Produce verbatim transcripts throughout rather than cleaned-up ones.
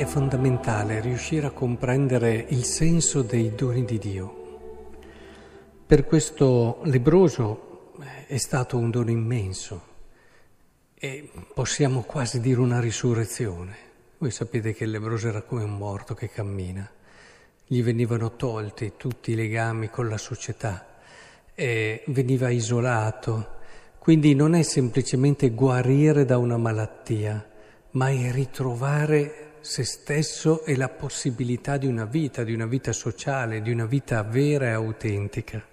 è fondamentale riuscire a comprendere il senso dei doni di Dio. Per questo lebbroso è stato un dono immenso e possiamo quasi dire una risurrezione. Voi sapete che il lebbroso era come un morto che cammina. Gli venivano tolti tutti i legami con la società, e veniva isolato. Quindi non è semplicemente guarire da una malattia, ma è ritrovare se stesso e la possibilità di una vita, di una vita sociale, di una vita vera e autentica.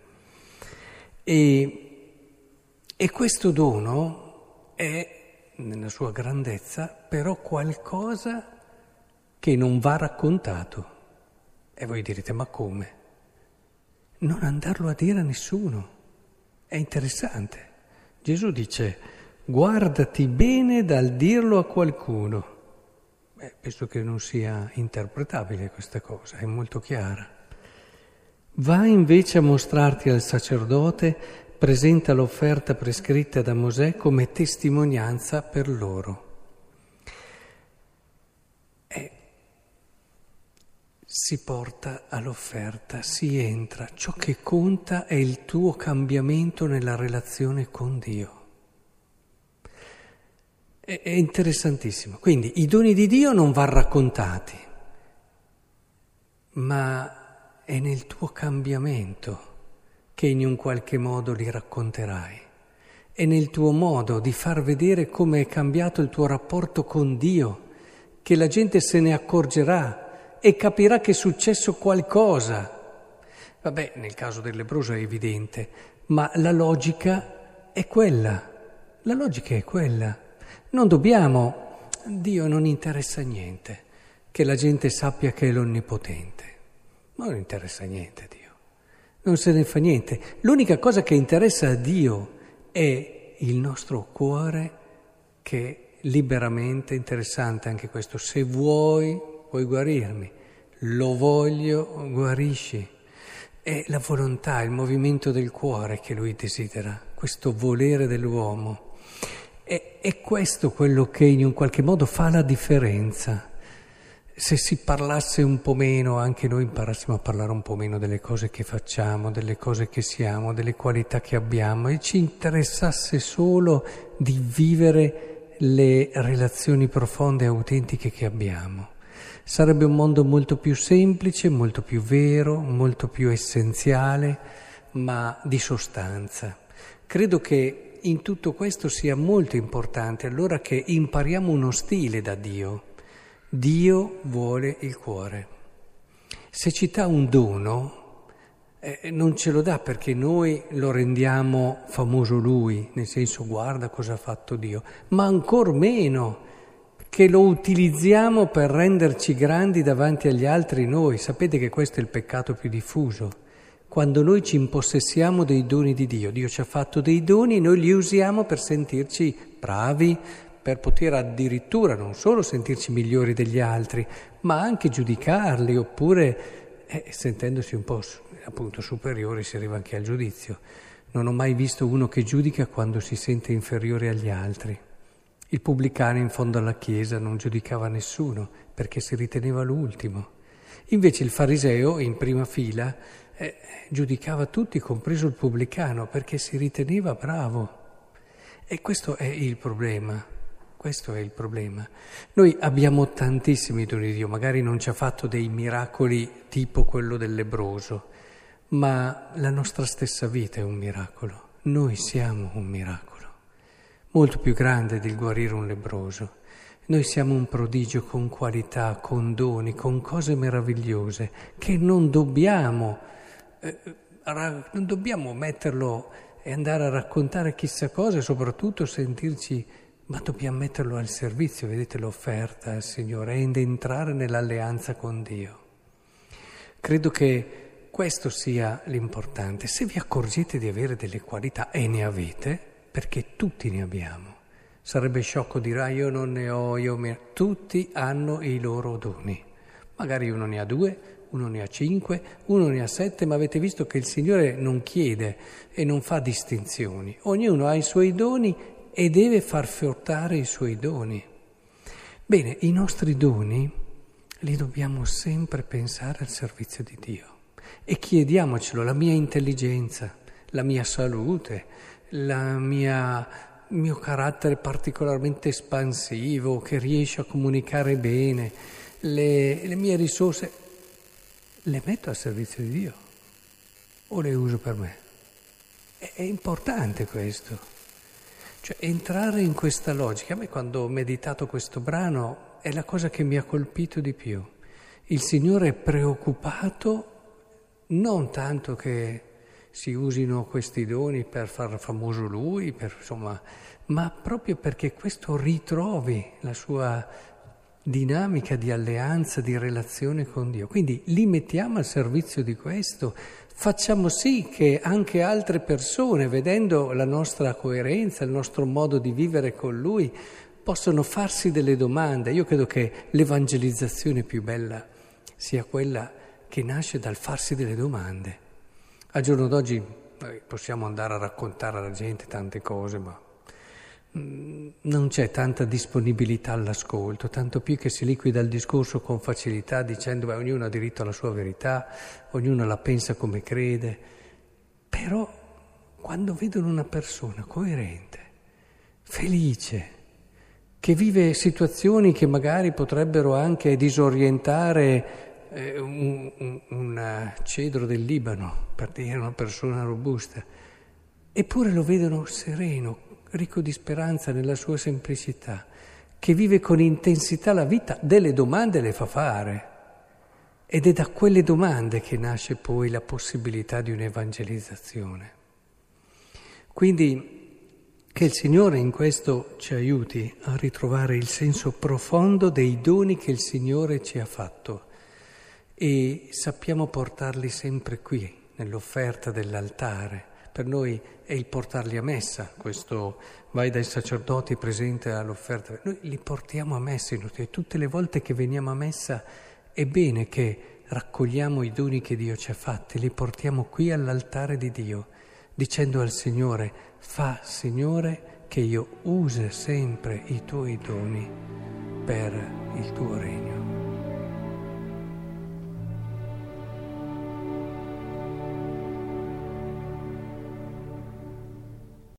E, e questo dono è, nella sua grandezza, però qualcosa che non va raccontato. E voi direte, ma come? Non andarlo a dire a nessuno. È interessante. Gesù dice, guardati bene dal dirlo a qualcuno. Beh, penso che non sia interpretabile questa cosa, è molto chiara. Va invece a mostrarti al sacerdote, presenta l'offerta prescritta da Mosè come testimonianza per loro. E si porta all'offerta, si entra. Ciò che conta è il tuo cambiamento nella relazione con Dio. È, è interessantissimo. Quindi i doni di Dio non vanno raccontati, ma è nel tuo cambiamento che in un qualche modo li racconterai. È nel tuo modo di far vedere come è cambiato il tuo rapporto con Dio, che la gente se ne accorgerà e capirà che è successo qualcosa. Vabbè, nel caso del lebbroso è evidente, ma la logica è quella. La logica è quella. Non dobbiamo, Dio non interessa niente, che la gente sappia che è l'Onnipotente. Non interessa niente Dio, non se ne fa niente. L'unica cosa che interessa a Dio è il nostro cuore che liberamente, interessante anche questo, se vuoi vuoi guarirmi, lo voglio, guarisci. È la volontà, il movimento del cuore che lui desidera, questo volere dell'uomo. E, è questo quello che in un qualche modo fa la differenza. Se si parlasse un po' meno, anche noi imparassimo a parlare un po' meno delle cose che facciamo, delle cose che siamo, delle qualità che abbiamo, e ci interessasse solo di vivere le relazioni profonde e autentiche che abbiamo. Sarebbe un mondo molto più semplice, molto più vero, molto più essenziale, ma di sostanza. Credo che in tutto questo sia molto importante allora che impariamo uno stile da Dio. Dio vuole il cuore. Se ci dà un dono, eh, non ce lo dà perché noi lo rendiamo famoso Lui, nel senso guarda cosa ha fatto Dio, ma ancor meno che lo utilizziamo per renderci grandi davanti agli altri noi. Sapete che questo è il peccato più diffuso. Quando noi ci impossessiamo dei doni di Dio, Dio ci ha fatto dei doni e noi li usiamo per sentirci bravi, per poter addirittura non solo sentirci migliori degli altri, ma anche giudicarli, oppure eh, sentendosi un po' appunto superiori si arriva anche al giudizio. Non ho mai visto uno che giudica quando si sente inferiore agli altri. Il pubblicano in fondo alla chiesa non giudicava nessuno perché si riteneva l'ultimo. Invece il fariseo in prima fila eh, giudicava tutti, compreso il pubblicano, perché si riteneva bravo. E questo è il problema. Questo è il problema. Noi abbiamo tantissimi doni di Dio, magari non ci ha fatto dei miracoli tipo quello del lebbroso, ma la nostra stessa vita è un miracolo. Noi siamo un miracolo. Molto più grande del guarire un lebbroso. Noi siamo un prodigio con qualità, con doni, con cose meravigliose che non dobbiamo, eh, non dobbiamo metterlo e andare a raccontare chissà cosa e soprattutto sentirci, ma dobbiamo metterlo al servizio, vedete l'offerta al Signore, ed entrare nell'alleanza con Dio. Credo che questo sia l'importante. Se vi accorgete di avere delle qualità, e ne avete, perché tutti ne abbiamo. Sarebbe sciocco dire, ah, io non ne ho, io me... Tutti hanno i loro doni. Magari uno ne ha due, uno ne ha cinque, uno ne ha sette, ma avete visto che il Signore non chiede e non fa distinzioni. Ognuno ha i suoi doni e deve far fiortare i suoi doni. Bene, i nostri doni Li dobbiamo sempre pensare al servizio di Dio e chiediamocelo, la mia intelligenza, la mia salute, la mia, il mio carattere particolarmente espansivo che riesce a comunicare bene, le, le mie risorse, le metto al servizio di Dio o le uso per me? È, è importante questo, cioè entrare in questa logica. A me quando ho meditato questo brano è la cosa che mi ha colpito di più. Il Signore è preoccupato non tanto che si usino questi doni per far famoso Lui, per, insomma, ma proprio perché questo ritrovi la sua dinamica di alleanza, di relazione con Dio. Quindi li mettiamo al servizio di questo, facciamo sì che anche altre persone, vedendo la nostra coerenza, il nostro modo di vivere con Lui, possono farsi delle domande. Io credo che l'evangelizzazione più bella sia quella che nasce dal farsi delle domande. Al giorno d'oggi noi possiamo andare a raccontare alla gente tante cose, ma non c'è tanta disponibilità all'ascolto, tanto più che si liquida il discorso con facilità dicendo che ognuno ha diritto alla sua verità, ognuno la pensa come crede. Però quando vedono una persona coerente, felice, che vive situazioni che magari potrebbero anche disorientare eh, un, un, un cedro del Libano, per dire una persona robusta, eppure lo vedono sereno, ricco di speranza nella sua semplicità, che vive con intensità la vita, delle domande le fa fare. Ed è da quelle domande che nasce poi la possibilità di un'evangelizzazione. Quindi che il Signore in questo ci aiuti a ritrovare il senso profondo dei doni che il Signore ci ha fatto e sappiamo portarli sempre qui, nell'offerta dell'altare. Per noi è il portarli a messa, questo vai dai sacerdoti presente all'offerta. Noi li portiamo a messa e tutte le volte che veniamo a messa è bene che raccogliamo i doni che Dio ci ha fatti, li portiamo qui all'altare di Dio, dicendo al Signore: fa, Signore, che io usi sempre i tuoi doni per il tuo regno.